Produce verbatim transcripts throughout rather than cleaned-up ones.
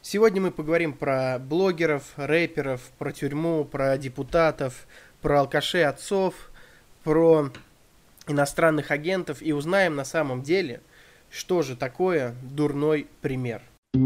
Сегодня мы поговорим про блогеров, рэперов, про тюрьму, про депутатов, про алкашей отцов, про иностранных агентов и узнаем на самом деле, что же такое дурной пример.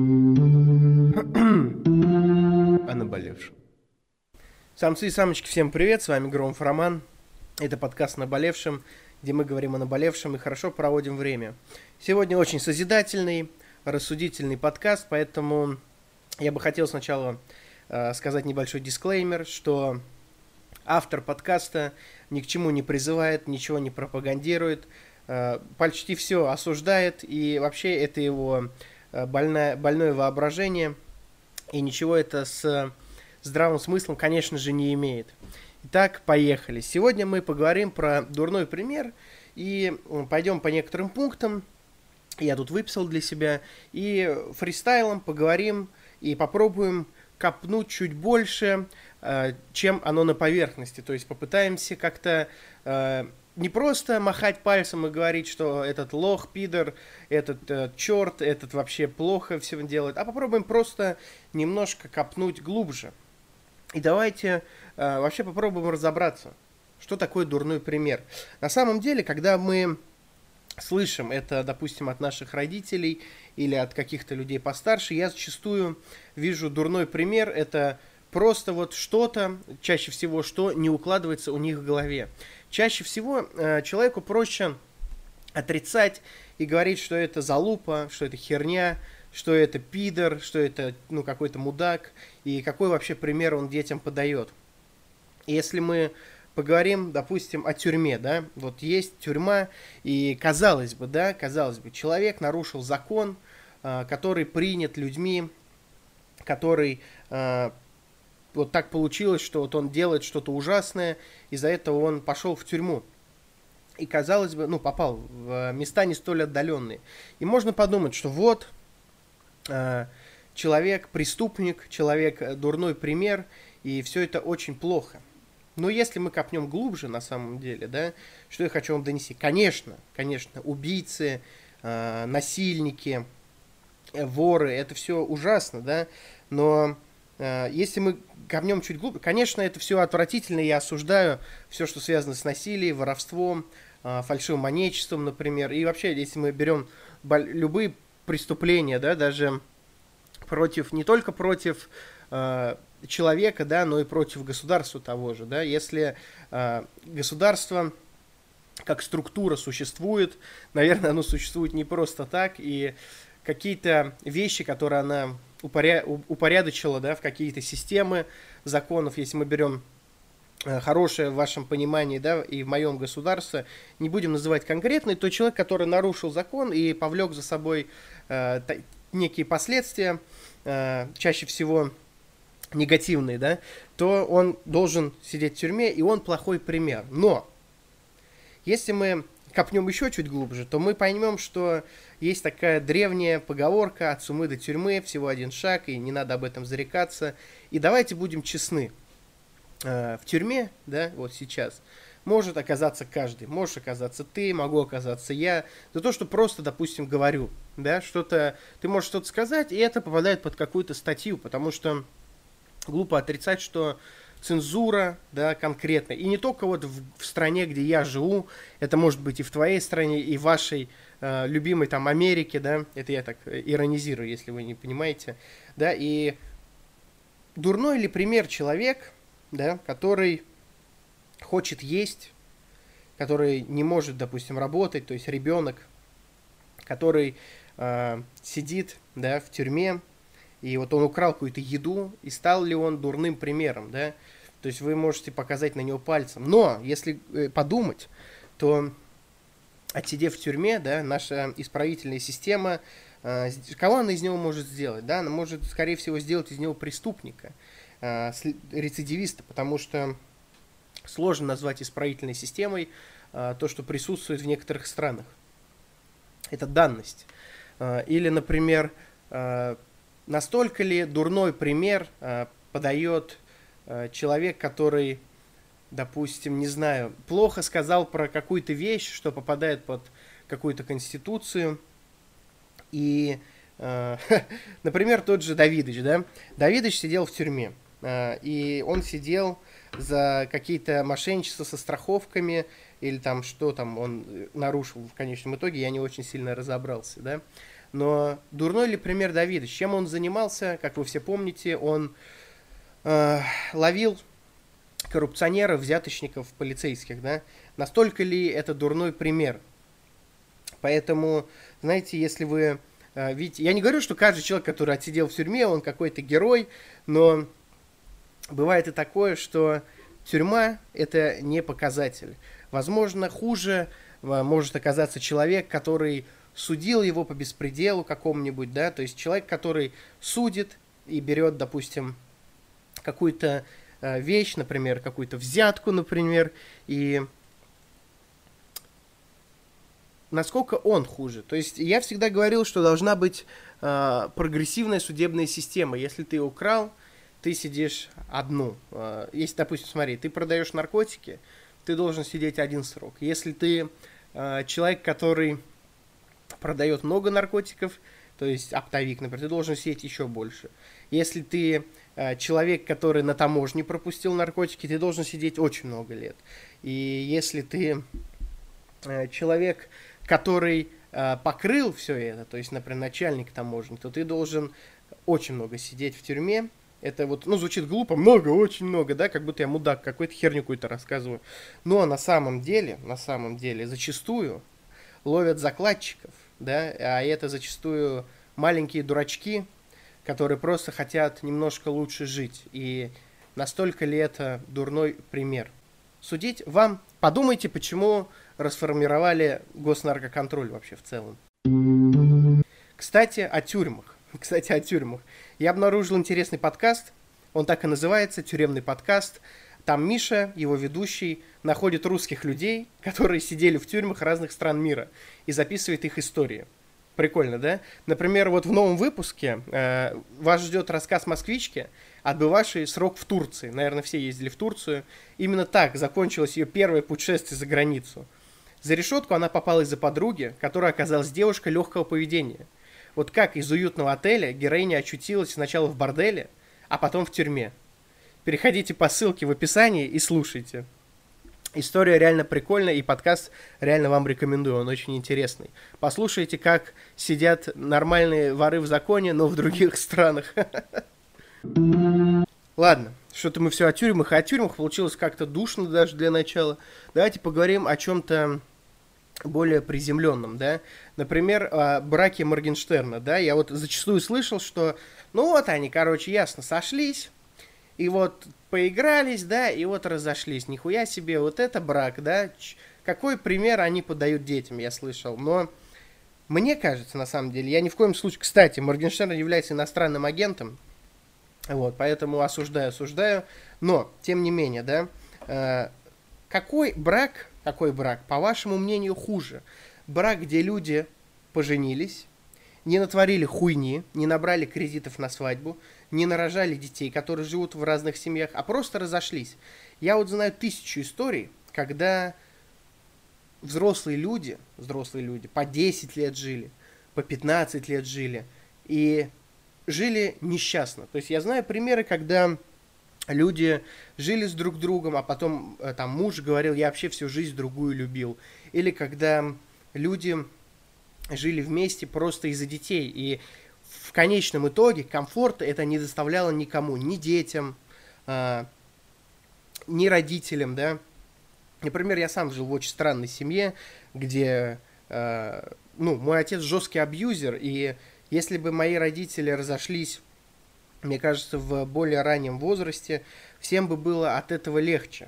О наболевшем. Самцы и самочки, всем привет, с вами Громов Роман. Это подкаст «О наболевшем», где мы говорим о наболевшем и хорошо проводим время. Сегодня очень созидательный, рассудительный подкаст, поэтому я бы хотел сначала э, сказать небольшой дисклеймер, что автор подкаста ни к чему не призывает, ничего не пропагандирует, э, почти все осуждает, и вообще это его э, больное, больное воображение, и ничего это с здравым смыслом, конечно же, не имеет. Итак, поехали. Сегодня мы поговорим про дурной пример и пойдем по некоторым пунктам. Я тут выписал для себя. И фристайлом поговорим и попробуем копнуть чуть больше, чем оно на поверхности. То есть попытаемся как-то не просто махать пальцем и говорить, что этот лох, пидор, этот черт, этот вообще плохо все делает, а попробуем просто немножко копнуть глубже. И давайте э, вообще попробуем разобраться, что такое дурной пример. На самом деле, когда мы слышим это, допустим, от наших родителей или от каких-то людей постарше, я зачастую вижу дурной пример. Это просто вот что-то, чаще всего, что не укладывается у них в голове. Чаще всего э, человеку проще отрицать и говорить, что это залупа, что это херня, что это пидор, что это ну, какой-то мудак, и какой вообще пример он детям подает. Если мы поговорим, допустим, о тюрьме, да, вот есть тюрьма, и казалось бы, да, казалось бы, человек нарушил закон, э, который принят людьми, который э, вот так получилось, что вот он делает что-то ужасное, из-за этого он пошел в тюрьму. И казалось бы, ну, попал в места не столь отдаленные. И можно подумать, что вот человек преступник, человек дурной пример, и все это очень плохо. Но если мы копнем глубже, на самом деле, да, что я хочу вам донести? Конечно, конечно, убийцы, э, насильники, э, воры, это все ужасно, да, но э, если мы копнем чуть глубже, конечно, это все отвратительно, я осуждаю все, что связано с насилием, воровством, э, фальшивомонетчеством, например, и вообще, если мы берем любые преступления, да, даже против, не только против э, человека, да, но и против государства того же, да, если э, государство как структура существует, наверное, оно существует не просто так, и какие-то вещи, которые она упоря... упорядочила, да, в какие-то системы законов, если мы берем хорошее в вашем понимании, да, и в моем государстве, не будем называть конкретный, то человек, который нарушил закон и повлек за собой э, та, некие последствия, э, чаще всего негативные, да, то он должен сидеть в тюрьме, и он плохой пример. Но если мы копнем еще чуть глубже, то мы поймем, что есть такая древняя поговорка «от сумы до тюрьмы всего один шаг», и не надо об этом зарекаться. И давайте будем честны. В тюрьме, да, вот сейчас, может оказаться каждый. Можешь оказаться ты, могу оказаться я. За то, что просто, допустим, говорю, да, что-то, ты можешь что-то сказать, и это попадает под какую-то статью, потому что глупо отрицать, что цензура, да, конкретно, и не только вот в, в стране, где я живу, это может быть и в твоей стране, и в вашей э, любимой там Америке, да, это я так иронизирую, если вы не понимаете, да, и дурной ли пример человек, да, который хочет есть, который не может, допустим, работать, то есть ребенок, который э, сидит, да, в тюрьме, и вот он украл какую-то еду, и стал ли он дурным примером, да, то есть вы можете показать на него пальцем. Но, если э, подумать, то, отсидев в тюрьме, да, наша исправительная система, э, кого она из него может сделать, да, она может, скорее всего, сделать из него преступника, рецидивиста, потому что сложно назвать исправительной системой а, то, что присутствует в некоторых странах. Это данность. А, или, например, а, настолько ли дурной пример а, подает а, человек, который, допустим, не знаю, плохо сказал про какую-то вещь, что попадает под какую-то конституцию, и Э, Например, тот же Давидыч, да? Давидыч сидел в тюрьме, э, и он сидел за какие-то мошенничества со страховками, или там что там он нарушил в конечном итоге, я не очень сильно разобрался, да? Но дурной ли пример Давидыч? Чем он занимался? Как вы все помните, он э, ловил коррупционеров, взяточников, полицейских, да? Настолько ли это дурной пример? Поэтому, знаете, если вы э, видите... Я не говорю, что каждый человек, который отсидел в тюрьме, он какой-то герой, но бывает и такое, что тюрьма – это не показатель. Возможно, хуже э, может оказаться человек, который судил его по беспределу какому-нибудь, да, то есть человек, который судит и берет, допустим, какую-то э, вещь, например, какую-то взятку, например, и насколько он хуже. То есть я всегда говорил, что должна быть э, прогрессивная судебная система. Если ты украл, ты сидишь одну. Э, если, допустим, смотри, ты продаешь наркотики, ты должен сидеть один срок. Если ты э, человек, который продает много наркотиков, то есть оптовик, например, ты должен сидеть еще больше. Если ты э, человек, который на таможне пропустил наркотики, ты должен сидеть очень много лет. И если ты э, человек, который э, покрыл все это, то есть, например, начальник таможни, то ты должен очень много сидеть в тюрьме. Это вот, ну, звучит глупо, много, очень много, да, как будто я мудак, какой-то херню какую-то рассказываю. Но на самом деле, на самом деле, зачастую ловят закладчиков, да, а это зачастую маленькие дурачки, которые просто хотят немножко лучше жить. И настолько ли это дурной пример? Судить вам. Подумайте, почему расформировали госнаркоконтроль вообще в целом. Кстати, о тюрьмах. Кстати, о тюрьмах. Я обнаружил интересный подкаст. Он так и называется, «Тюремный подкаст». Там Миша, его ведущий, находит русских людей, которые сидели в тюрьмах разных стран мира, и записывает их истории. Прикольно, да? Например, вот в новом выпуске э, вас ждет рассказ москвички, отбывавшей срок в Турции. Наверное, все ездили в Турцию. Именно так закончилось ее первое путешествие за границу. За решетку она попала из-за подруги, которая оказалась девушкой легкого поведения. Вот как из уютного отеля героиня очутилась сначала в борделе, а потом в тюрьме. Переходите по ссылке в описании и слушайте. История реально прикольная, и подкаст реально вам рекомендую, он очень интересный. Послушайте, как сидят нормальные воры в законе, но в других странах. Ладно, что-то мы все о тюрьмах, а о тюрьмах получилось как-то душно даже для начала. Давайте поговорим о чем-то более приземленном, да. Например, о браке Моргенштерна, да. Я вот зачастую слышал, что, ну вот они, короче, ясно сошлись, и вот поигрались, да, и вот разошлись. Нихуя себе, вот это брак, да. Ч- какой пример они подают детям, я слышал. Но мне кажется, на самом деле, я ни в коем случае... Кстати, Моргенштерн является иностранным агентом, вот, поэтому осуждаю, осуждаю. Но, тем не менее, да, э, какой брак, какой брак, по вашему мнению, хуже? Брак, где люди поженились, не натворили хуйни, не набрали кредитов на свадьбу, не нарожали детей, которые живут в разных семьях, а просто разошлись. Я вот знаю тысячу историй, когда взрослые люди, взрослые люди по десять лет жили, по пятнадцать лет жили, и жили несчастно. То есть я знаю примеры, когда люди жили с друг другом, а потом там муж говорил, я вообще всю жизнь другую любил. Или когда люди жили вместе просто из-за детей, и в конечном итоге комфорта это не доставляло никому, ни детям, э, ни родителям, да. Например, я сам жил в очень странной семье, где, э, ну, мой отец жесткий абьюзер, и если бы мои родители разошлись, мне кажется, в более раннем возрасте, всем бы было от этого легче.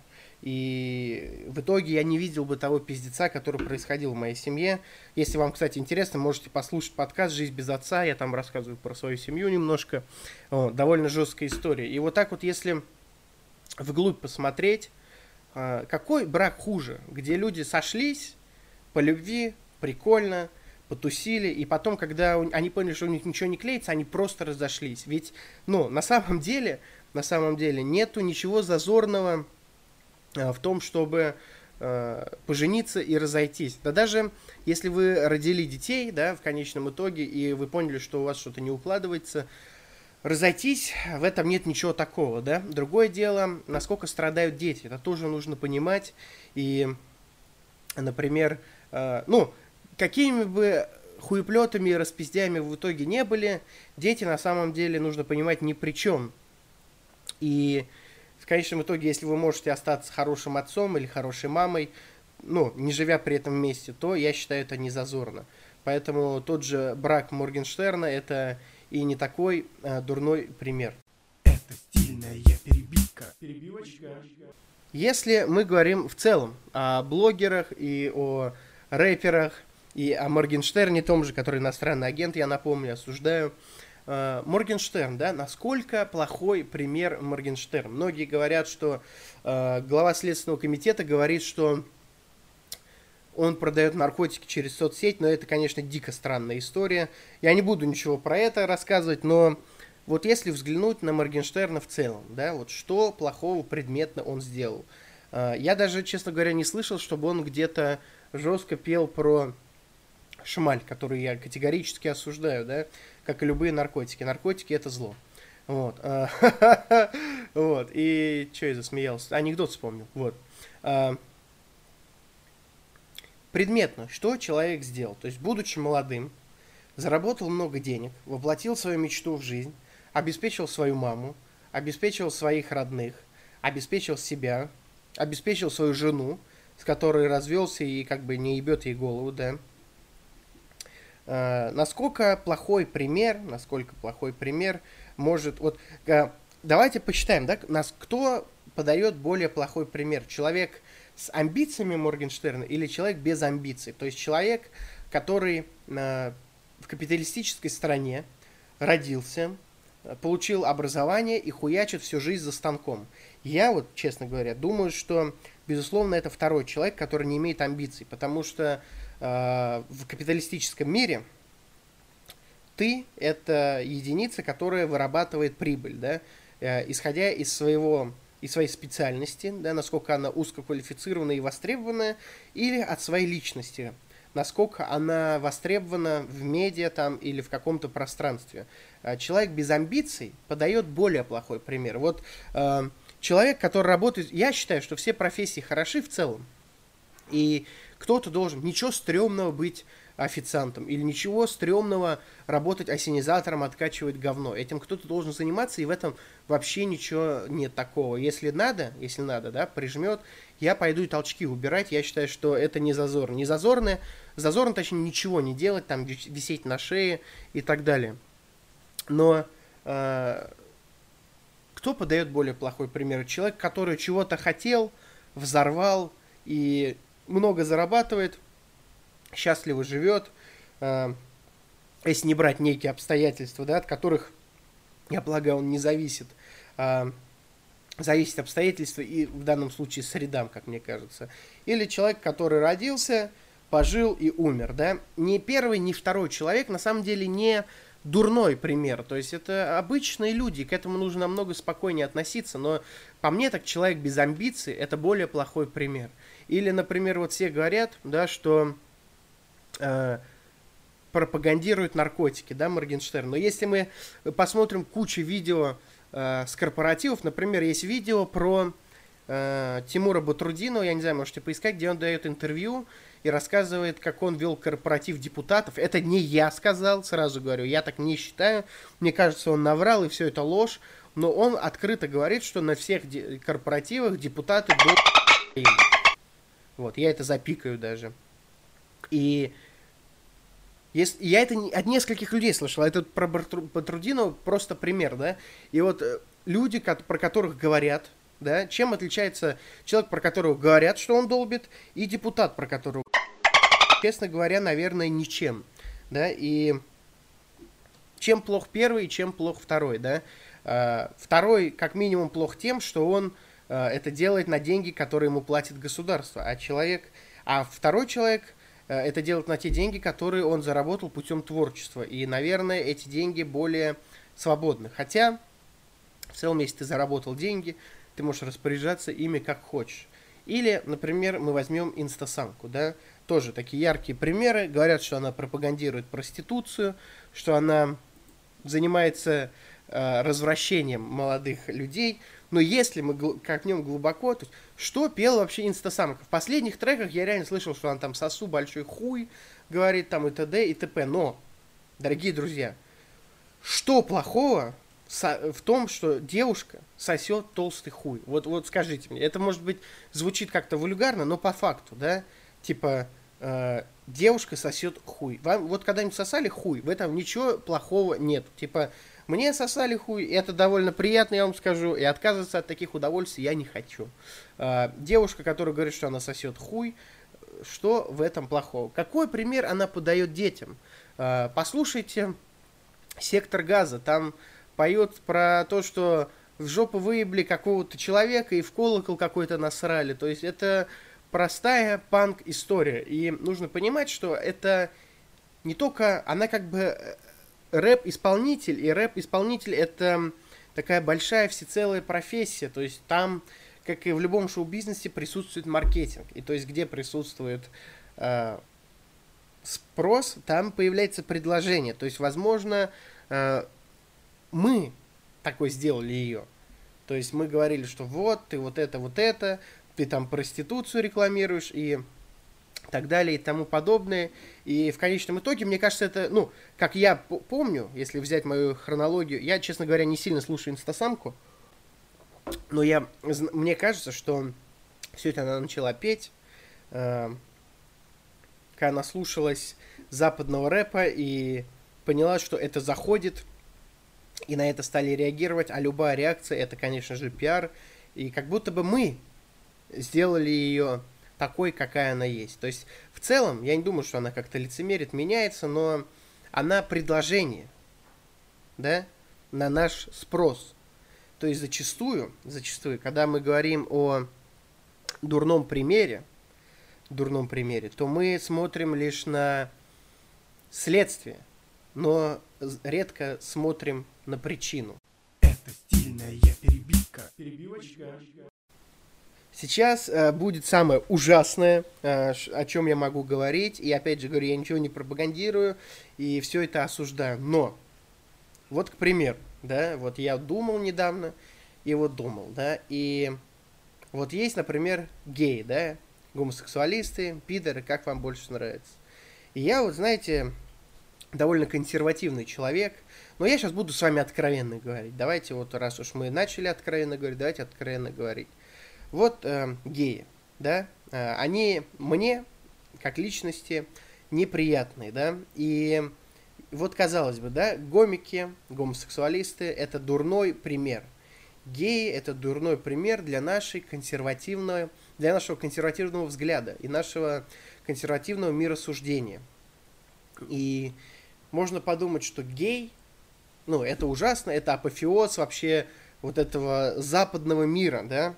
И в итоге я не видел бы того пиздеца, который происходил в моей семье. Если вам, кстати, интересно, можете послушать подкаст «Жизнь без отца». Я там рассказываю про свою семью немножко. Вот, довольно жесткая история. И вот так вот, если вглубь посмотреть, какой брак хуже? Где люди сошлись по любви, прикольно, потусили, и потом, когда они поняли, что у них ничего не клеится, они просто разошлись. Ведь, ну, на самом деле, на самом деле, нету ничего зазорного в том, чтобы э, пожениться и разойтись. Да даже если вы родили детей, да, в конечном итоге, и вы поняли, что у вас что-то не укладывается, разойтись, в этом нет ничего такого, да. Другое дело, насколько страдают дети, это тоже нужно понимать. И, например, э, ну, какими бы хуеплетами и распиздями в итоге не были, дети на самом деле, нужно понимать, ни при чем. И в конечном итоге, если вы можете остаться хорошим отцом или хорошей мамой, ну, не живя при этом вместе, то я считаю это не зазорно. Поэтому тот же брак Моргенштерна это и не такой а, дурной пример. Это стильная перебивка. Перебивочка. Если мы говорим в целом о блогерах и о рэперах, и о Моргенштерне, том же, который иностранный агент, я напомню, осуждаю. Uh, Моргенштерн, да, насколько плохой пример Моргенштерн. Многие говорят, что uh, глава Следственного комитета говорит, что он продает наркотики через соцсеть, но это, конечно, дико странная история. Я не буду ничего про это рассказывать, но вот если взглянуть на Моргенштерна в целом, да, вот что плохого предметно он сделал. Uh, я даже, честно говоря, не слышал, чтобы он где-то жестко пел про шмаль, который я категорически осуждаю, да, как и любые наркотики. Наркотики это зло. Вот. Вот. И что я засмеялся? Анекдот вспомнил. Вот. Предметно, что человек сделал? То есть, будучи молодым, заработал много денег, воплотил свою мечту в жизнь, обеспечил свою маму, обеспечил своих родных, обеспечил себя, обеспечил свою жену, с которой развелся и как бы не ебет ей голову, да. Uh, насколько плохой пример, насколько плохой пример может... Вот, uh, давайте посчитаем, да, нас, кто подает более плохой пример? Человек с амбициями Моргенштерна или человек без амбиций? То есть человек, который uh, в капиталистической стране родился, получил образование и хуячит всю жизнь за станком. Я вот, честно говоря, думаю, что, безусловно, это второй человек, который не имеет амбиций, потому что в капиталистическом мире ты – это единица, которая вырабатывает прибыль, да, исходя из, своего, из своей специальности, да, насколько она узкоквалифицированная и востребованная, или от своей личности, насколько она востребована в медиа там, или в каком-то пространстве. Человек без амбиций подает более плохой пример. Вот э, человек, который работает… Я считаю, что все профессии хороши в целом, и кто-то должен, ничего стрёмного быть официантом, или ничего стрёмного работать ассенизатором, откачивать говно. Этим кто-то должен заниматься, и в этом вообще ничего нет такого. Если надо, если надо, да, прижмет, я пойду и толчки убирать. Я считаю, что это не зазорно. Не зазорно, зазорно, точнее, ничего не делать, там, висеть на шее и так далее. Но э, кто подает более плохой пример? Человек, который чего-то хотел, взорвал и много зарабатывает, счастливо живет, э, если не брать некие обстоятельства, да, от которых, я полагаю, он не зависит, э, зависит обстоятельства и в данном случае средам, как мне кажется. Или человек, который родился, пожил и умер, да. Ни первый, ни второй человек на самом деле не дурной пример, то есть это обычные люди, к этому нужно намного спокойнее относиться, но по мне так человек без амбиций это более плохой пример. Или, например, вот все говорят, да, что э, пропагандируют наркотики, да, Моргенштерн. Но если мы посмотрим кучу видео э, с корпоративов, например, есть видео про э, Тимура Батрудинова, я не знаю, можете поискать, где он дает интервью и рассказывает, как он вел корпоратив депутатов. Это не я сказал, сразу говорю, я так не считаю. Мне кажется, он наврал, и все это ложь. Но он открыто говорит, что на всех де- корпоративах депутаты будут... Вот, я это запикаю даже. И если, я это не, от нескольких людей слышал. Это про Батрудинова просто пример, да. И вот люди, про которых говорят, да, чем отличается человек, про которого говорят, что он долбит, и депутат, про которого, честно говоря, наверное, ничем, да. И чем плох первый, чем плох второй, да. Второй, как минимум, плох тем, что он это делает на деньги, которые ему платит государство, а человек, а второй человек это делает на те деньги, которые он заработал путем творчества, и, наверное, эти деньги более свободны. Хотя, в целом, если ты заработал деньги, ты можешь распоряжаться ими как хочешь. Или, например, мы возьмем инстасамку, да, тоже такие яркие примеры. Говорят, что она пропагандирует проституцию, что она занимается э, развращением молодых людей. Но если мы гл- копнем глубоко, то есть, что пела вообще инстасамка? В последних треках я реально слышал, что она там сосу большой хуй, говорит там и т.д. и т.п. Но, дорогие друзья, что плохого в том, что девушка сосет толстый хуй? Вот, вот скажите мне, это может быть звучит как-то вульгарно, но по факту, да, типа э, девушка сосет хуй. Вам вот когда-нибудь сосали хуй, в этом ничего плохого нет. Типа мне сосали хуй, и это довольно приятно, я вам скажу, и отказываться от таких удовольствий я не хочу. Э, девушка, которая говорит, что она сосет хуй, что в этом плохого? Какой пример она подает детям? Э, послушайте «Сектор газа», там поет про то, что в жопу выебли какого-то человека и в колокол какой-то насрали. То есть это простая панк-история. И нужно понимать, что это не только... Она как бы рэп-исполнитель, и рэп-исполнитель это такая большая всецелая профессия. То есть там, как и в любом шоу-бизнесе, присутствует маркетинг. И то есть где присутствует э, спрос, там появляется предложение. То есть, возможно... Э, мы такой сделали ее. То есть мы говорили, что вот, ты вот это, вот это, ты там проституцию рекламируешь и так далее и тому подобное. И в конечном итоге, мне кажется, это, ну, как я помню, если взять мою хронологию, я, честно говоря, не сильно слушаю инстасамку, но я, мне кажется, что все это она начала петь, э, когда она слушалась западного рэпа и поняла, что это заходит, и на это стали реагировать, а любая реакция это, конечно же, пиар. И как будто бы мы сделали ее такой, какая она есть. То есть, в целом, я не думаю, что она как-то лицемерит, меняется, но она предложение, да, на наш спрос. То есть, зачастую, зачастую, когда мы говорим о дурном примере, дурном примере, то мы смотрим лишь на следствие, но редко смотрим на причину. Это стильная перебивка. Перебивочка. Сейчас э, будет самое ужасное, э, о чем я могу говорить. И опять же говорю, я ничего не пропагандирую и все это осуждаю. Но, вот к примеру, да, вот я думал недавно, и вот думал, да, и вот есть, например, геи, да, гомосексуалисты, пидоры, как вам больше нравится. И я вот, знаете, довольно консервативный человек, но я сейчас буду с вами откровенно говорить. Давайте вот, раз уж мы начали откровенно говорить, давайте откровенно говорить. Вот э, геи, да, э, они мне, как личности, неприятные, да, и вот, казалось бы, да, гомики, гомосексуалисты – это дурной пример. Геи – это дурной пример для нашей консервативной, для нашего консервативного взгляда и нашего консервативного миросуждения. И можно подумать, что гей, ну, это ужасно, это апофеоз вообще вот этого западного мира, да.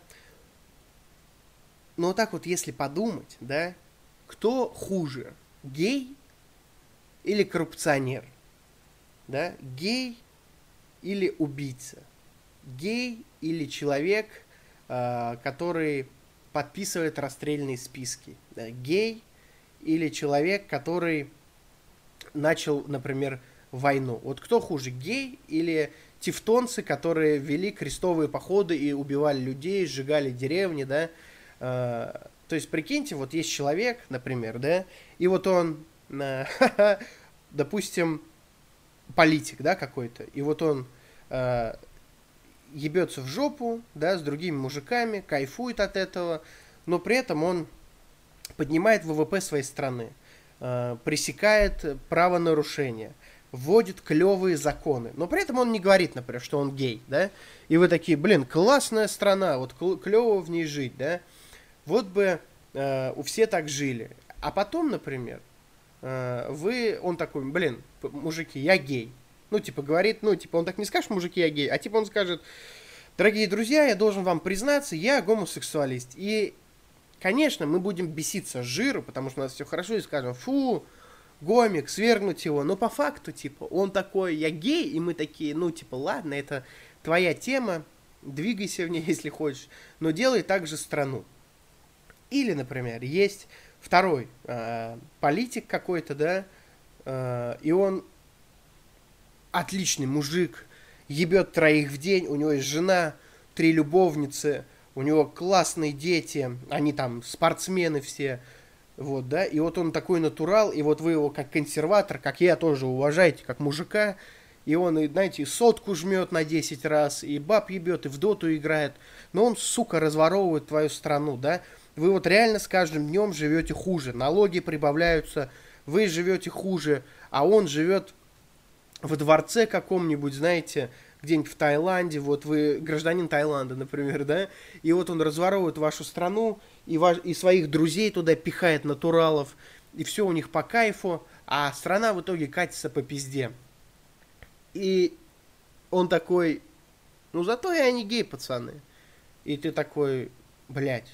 Но вот так вот, если подумать, да, кто хуже, гей или коррупционер, да, гей или убийца, гей или человек, э, который подписывает расстрельные списки, да, гей или человек, который начал, например, войну. Вот кто хуже, гей или тевтонцы, которые вели крестовые походы и убивали людей, сжигали деревни, да. Uh, то есть, прикиньте, вот есть человек, например, да, и вот он, uh, допустим, политик, да, какой-то, и вот он uh, ебется в жопу, да, с другими мужиками, кайфует от этого, но при этом он поднимает вэ вэ пэ своей страны, uh, пресекает правонарушения, вводит клевые законы, но при этом он не говорит, например, что он гей, да, и вы такие, блин, классная страна, вот клево в ней жить, да. Вот бы э, у все так жили. А потом, например, э, вы, он такой, блин, мужики, я гей. Ну, типа, говорит, ну, типа, он так не скажет, мужики, я гей, а типа он скажет, дорогие друзья, я должен вам признаться, я гомосексуалист. И, конечно, мы будем беситься с жиру, потому что у нас все хорошо, и скажем, фу, гомик, свергнуть его. Но по факту, типа, он такой, я гей, и мы такие, ну, типа, ладно, это твоя тема, двигайся в ней, если хочешь, но делай также страну. Или, например, есть второй э, политик какой-то, да, э, и он отличный мужик, ебет троих в день, у него есть жена, три любовницы, у него классные дети, они там спортсмены все, вот, да, и вот он такой натурал, и вот вы его как консерватор, как я тоже уважаете, как мужика, и он, и, знаете, и сотку жмет на десять раз, и баб ебет, и в доту играет, но он, сука, разворовывает твою страну, да, вы вот реально с каждым днем живете хуже, налоги прибавляются, вы живете хуже, а он живет во дворце каком-нибудь, знаете, где-нибудь в Таиланде, вот вы гражданин Таиланда, например, да, и вот он разворовывает вашу страну, и, ваш, и своих друзей туда пихает, натуралов, и все у них по кайфу, а страна в итоге катится по пизде. И он такой, ну зато я не гей, пацаны. И ты такой, блядь,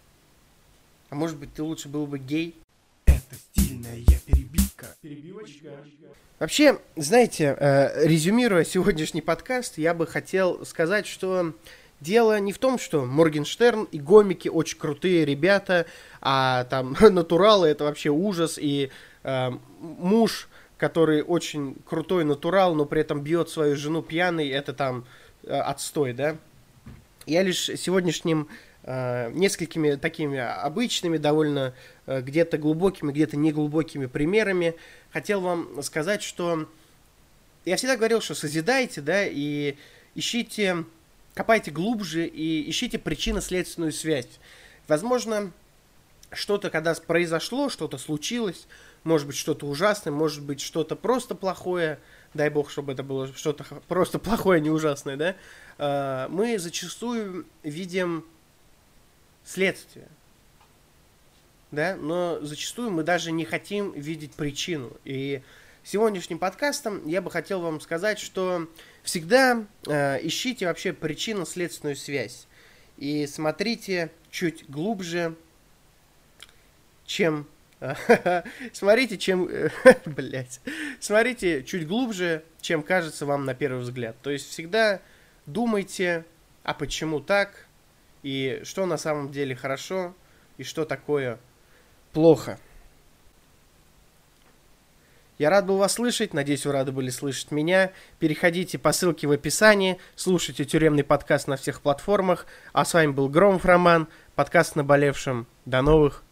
а может быть ты лучше был бы гей? Это стильная перебивка. Перебивочка. Вообще, знаете, э, резюмируя сегодняшний подкаст, я бы хотел сказать, что дело не в том, что Моргенштерн и гомики очень крутые ребята, а там натуралы это вообще ужас, и э, муж, который очень крутой натурал, но при этом бьет свою жену пьяный, это там э, отстой, да? Я лишь сегодняшним э, несколькими такими обычными, довольно э, где-то глубокими, где-то неглубокими примерами хотел вам сказать, что я всегда говорил, что созидайте, да, и ищите, копайте глубже и ищите причинно-следственную связь. Возможно, что-то, когда произошло, что-то случилось, может быть, что-то ужасное, может быть, что-то просто плохое, дай бог, чтобы это было что-то просто плохое, не ужасное, да, мы зачастую видим следствие, да, но зачастую мы даже не хотим видеть причину. И сегодняшним подкастом я бы хотел вам сказать, что всегда э, ищите вообще причинно-следственную связь и смотрите чуть глубже, чем смотрите, чем блять, смотрите чуть глубже, чем кажется вам на первый взгляд. То есть всегда думайте, а почему так, и что на самом деле хорошо, и что такое плохо. Я рад был вас слышать, надеюсь, вы рады были слышать меня. Переходите по ссылке в описании, слушайте тюремный подкаст на всех платформах. А с вами был Громов Роман, подкаст «Наболевшим». До новых